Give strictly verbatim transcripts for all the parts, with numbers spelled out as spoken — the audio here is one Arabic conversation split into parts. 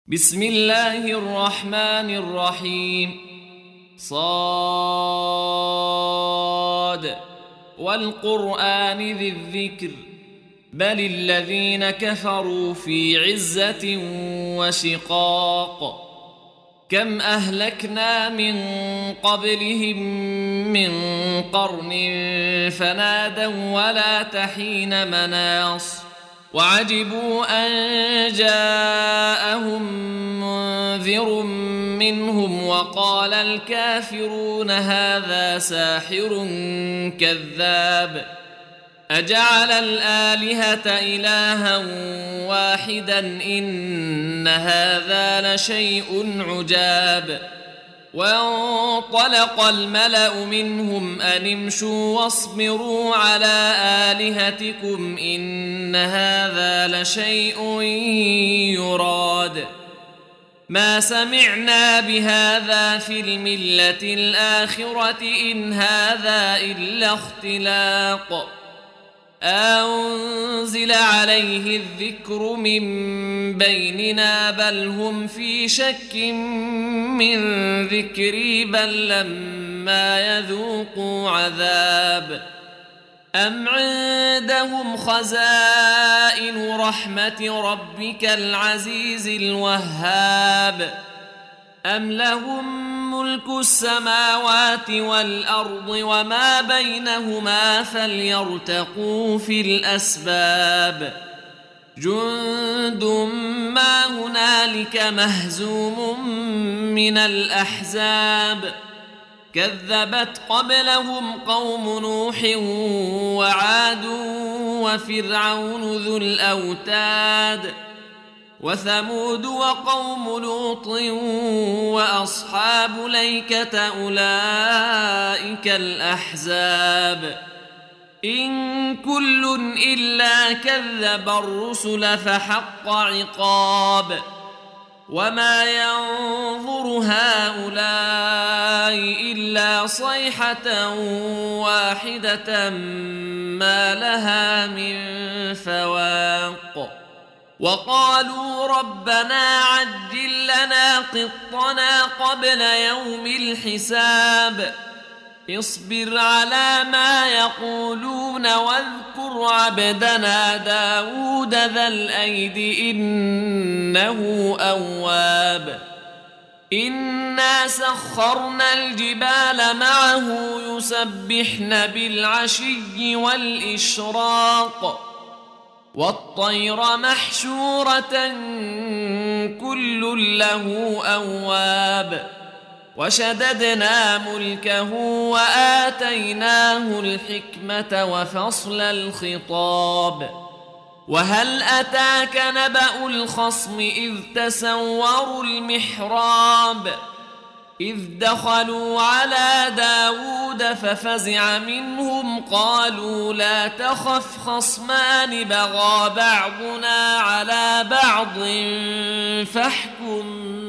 بسم الله الرحمن الرحيم. صاد والقرآن ذي الذكر بل الذين كفروا في عزة وشقاق. كم أهلكنا من قبلهم من قرن فنادوا ولا تحين مناص وعجبوا أن جاءهم منذر منهم وقال الكافرون هذا ساحر كذاب أجعل الآلهة إلها واحدا إن هذا لشيء عجاب. وانطلق الملأ منهم أن امشوا واصبروا على آلهتكم إن هذا لشيء يراد ما سمعنا بهذا في الملة الآخرة إن هذا إلا اختلاق أنزل عليه الذكر من بيننا بل هم في شك من ذكري بل لما يذوقوا عذاب أم عندهم خزائن رحمة ربك العزيز الوهاب أم لهم ملك السماوات والأرض وما بينهما فليرتقوا في الأسباب جند ما هنالك مهزوم من الأحزاب كذبت قبلهم قوم نوح وعاد وفرعون ذو الأوتاد وثمود وقوم لوط وأصحاب ليكة أولئك الأحزاب إن كل إلا كذب الرسل فحق عقاب وما ينظر هؤلاء إلا صيحة واحدة ما لها من فواق وقالوا ربنا عجل لنا قطنا قبل يوم الحساب اصبر على ما يقولون واذكر عبدنا داود ذا الأيد إنه أواب إنا سخرنا الجبال معه يسبحن بالعشي والإشراق والطير محشورة كل له أواب وشددنا ملكه وآتيناه الحكمة وفصل الخطاب وهل أتاك نبأ الخصم إذ تسوروا المحراب إذ دخلوا على داود ففزع منهم قالوا لا تخف خصمان بغى بعضنا على بعض فاحكم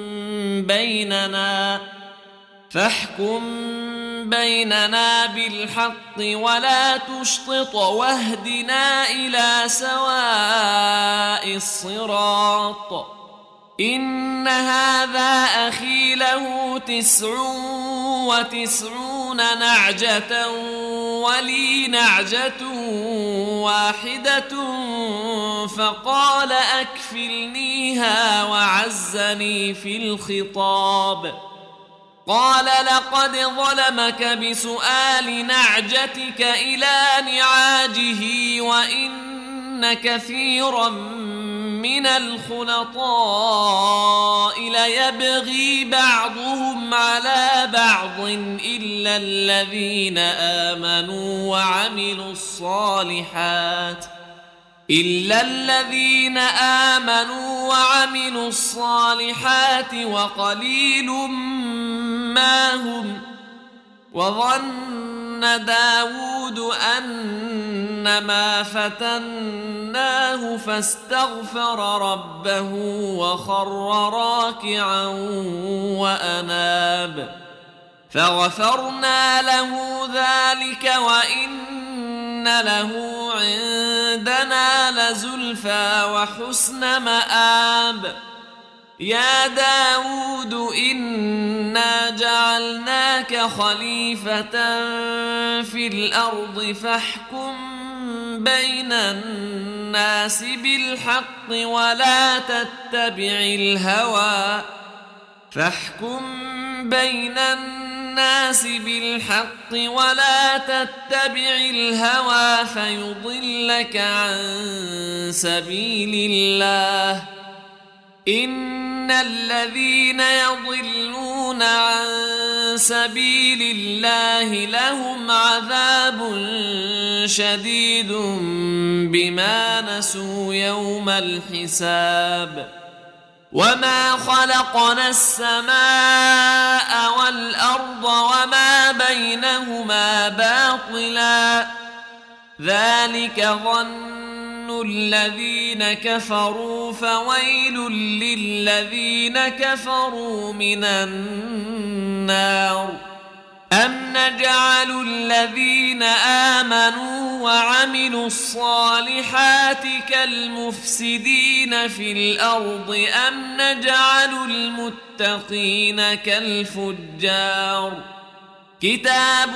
بيننا فاحكم بيننا بالحق ولا تشطط واهدنا إلى سواء الصراط إن هذا أخي له تسع وتسعون نعجة ولي نعجة واحدة فقال أكفلنيها وعزني في الخطاب قال لقد ظلمك بسؤال نعجتك إلى نعاجه وإن كثيرا من الخلطاء ليبغي بعضهم على بعض إلا الذين آمنوا وعملوا الصالحات إلا الذين آمنوا وعملوا الصالحات وقليل ما هم وظن داود أنما فتناه فاستغفر ربه وخر راكعا وأناب فغفرنا له ذلك وإن له عندنا لزلفى وحسن مآب يا داود إنا جعلناك خليفة في الأرض فاحكم بين الناس بالحق ولا تتبع الهوى فاحكم بين الناس بالحق ولا تتبع الهوى فيضلك عن سبيل الله إن الذين يضلون عن سبيل الله لهم عذاب شديد بما نسوا يوم الحساب وما خلقنا السماء والأرض وما بينهما باطلا ذلك ظن الذين كفروا فويل للذين كفروا من النار أم نجعل الذين آمنوا وعملوا الصالحات كالمفسدين في الأرض أم نجعل المتقين كالفجار كتاب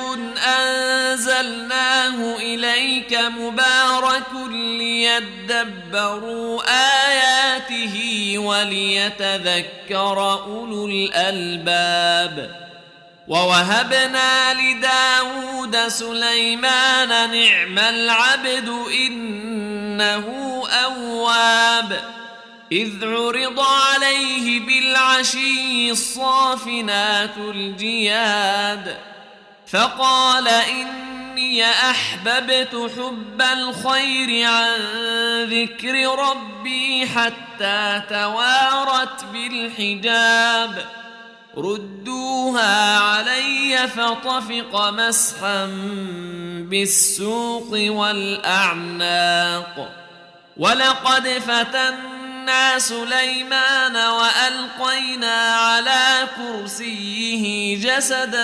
أنزلناه إليك مبارك ليدبروا آياته وليتذكر أولو الألباب ووهبنا لداود سليمان نعم العبد إنه أواب إذ عرض عليه بالعشي الصافنات الجياد فقال إني أحببت حب الخير عن ذكر ربي حتى توارت بالحجاب ردوها علي فطفق مسحا بالسوق والأعناق ولقد فتنا سليمان وألقينا على كرسيه جسدا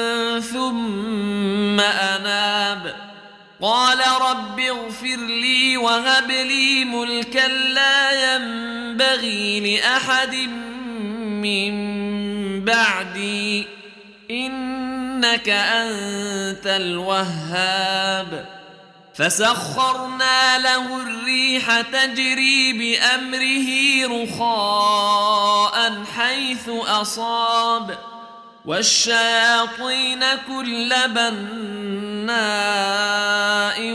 ثم أناب قال رب اغفر لي وهب لي ملكا لا ينبغي لأحد من بعدي إنك أنت الوهاب فسخرنا له الريح تجري بأمره رخاء حيث أصاب والشياطين كل بناء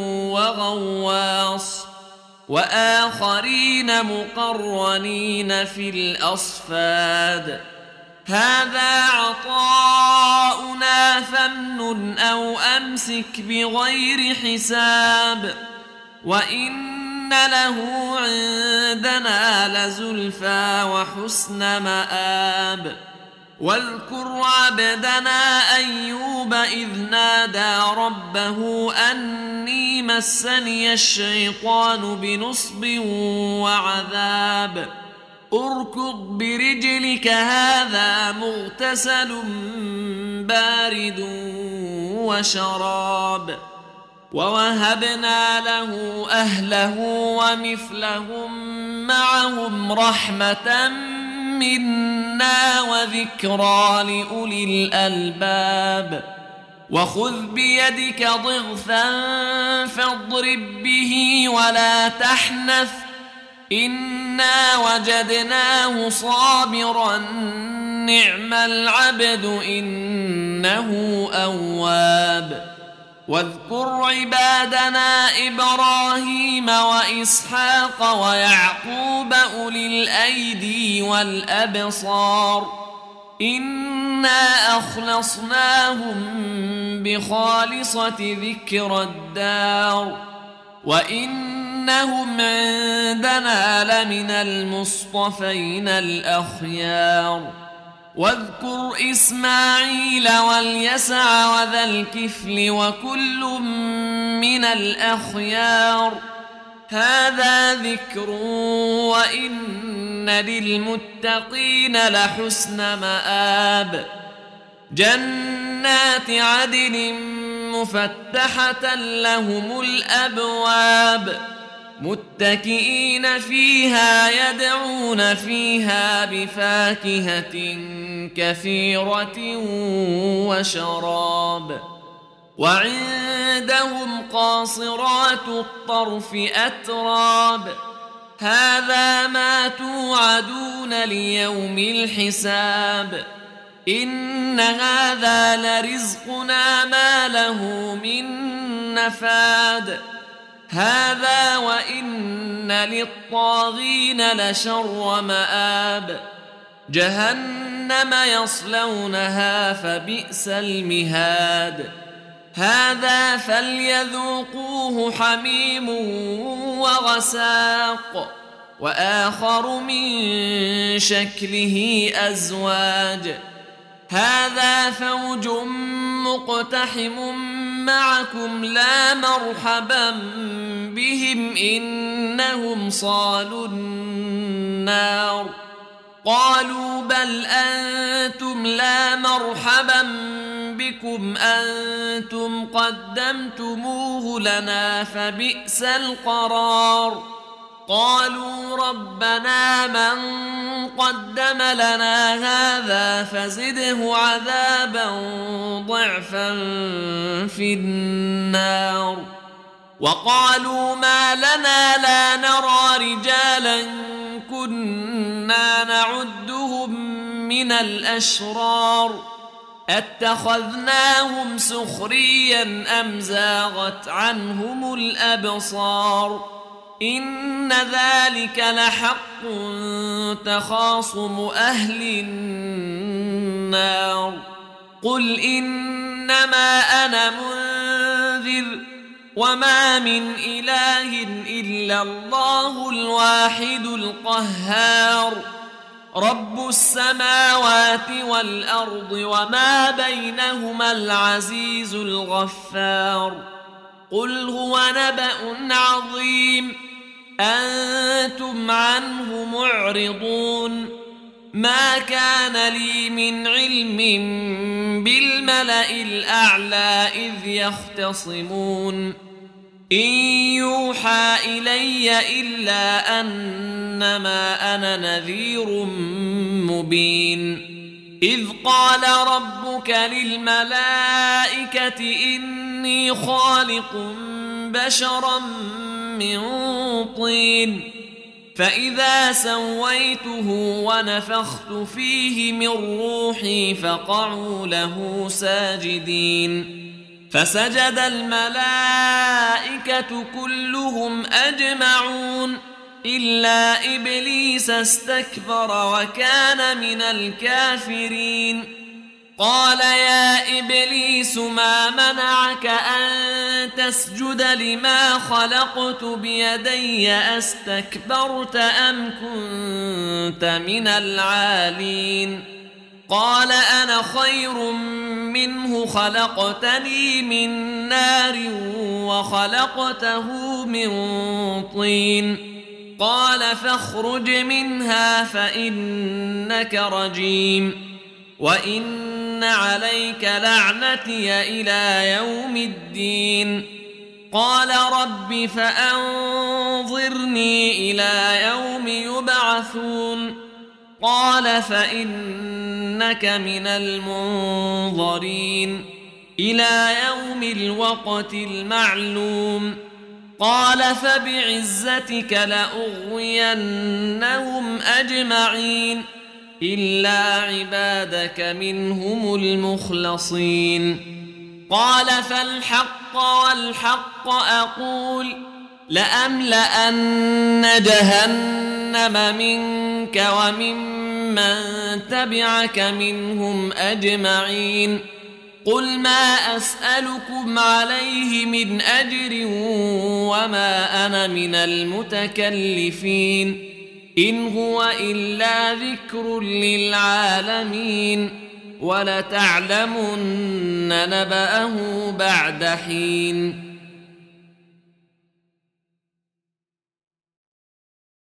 وغواص وآخرين مقرنين في الأصفاد هذا عطاؤنا فامنن أو أمسك بغير حساب وإن له عندنا لزلفى وحسن مآب واذكر عبدنا أيوب إذ نادى ربه أني مسني الشيطان بنصب وعذاب اركض برجلك هذا مغتسل بارد وشراب ووهبنا له أهله ومثلهم معهم رحمة منا وذكرى لأولي الألباب وخذ بيدك ضغثا فاضرب به ولا تحنث إنا وجدناه صابرا نعم العبد إنه أواب واذكر عبادنا إبراهيم وإسحاق ويعقوب أولي الأيدي والأبصار إنا أخلصناهم بخالصة ذكر الدار وإنهم عندنا لمن المصطفين الأخيار واذكر إسماعيل واليسع وذا الكفل وكل من الأخيار هذا ذكر وإن للمتقين لحسن مآب جنات عدن مفتحة لهم الأبواب متكئين فيها يدعون فيها بفاكهة كثيرة وشراب وعندهم قاصرات الطرف أتراب هذا ما توعدون ليوم الحساب إن هذا لرزقنا ما له من نفاد هذا وإن للطاغين لشر مآب جهنم يصلونها فبئس المهاد هذا فليذوقوه حميم وغساق وآخر من شكله أزواج هذا فوج مقتحم معكم لا مرحبا بهم إنهم صالوا النار قالوا بل أنتم لا مرحبا بكم أنتم قدمتموه لنا فبئس القرار قالوا ربنا من قدم لنا هذا فزده عذابا ضعفا في النار وقالوا ما لنا لا نرى رجالا كنا نعدهم من الأشرار اتخذناهم سخريا أم زاغت عنهم الأبصار إن ذلك لحق تخاصم أهل النار قل إنما أنا منذر وما من إله إلا الله الواحد القهار رب السماوات والأرض وما بينهما العزيز الغفار قل هو نبأ عظيم أنتم عنه معرضون ما كان لي من علم بالملأ الأعلى إذ يختصمون إن يوحى إلي إلا أنما أنا نذير مبين إذ قال ربك للملائكة إني خالق بشرا من طين فإذا سويته ونفخت فيه من روحي فقعوا له ساجدين فسجد الملائكة كلهم أجمعون إلا إبليس استكبر وكان من الكافرين قال يا إبليس ما منعك أن تسجد لما خلقت بيدي أستكبرت أم كنت من العالين قال أنا خير منه خلقتني من نار وخلقته من طين قال فاخرج منها فإنك رجيم وإن عليك لعنتي إلى يوم الدين قال رب فأنظرني إلى يوم يبعثون قال فإنك من المنظرين إلى يوم الوقت المعلوم قال فبعزتك لأغوينهم أجمعين إلا عبادك منهم المخلصين قال فالحق والحق أقول لأملأن جهنم منك وممن تبعك منهم أجمعين قل ما أسألكم عليه من أجر وما أنا من المتكلفين إن هو إلا ذكر للعالمين ولتعلمن نبأه بعد حين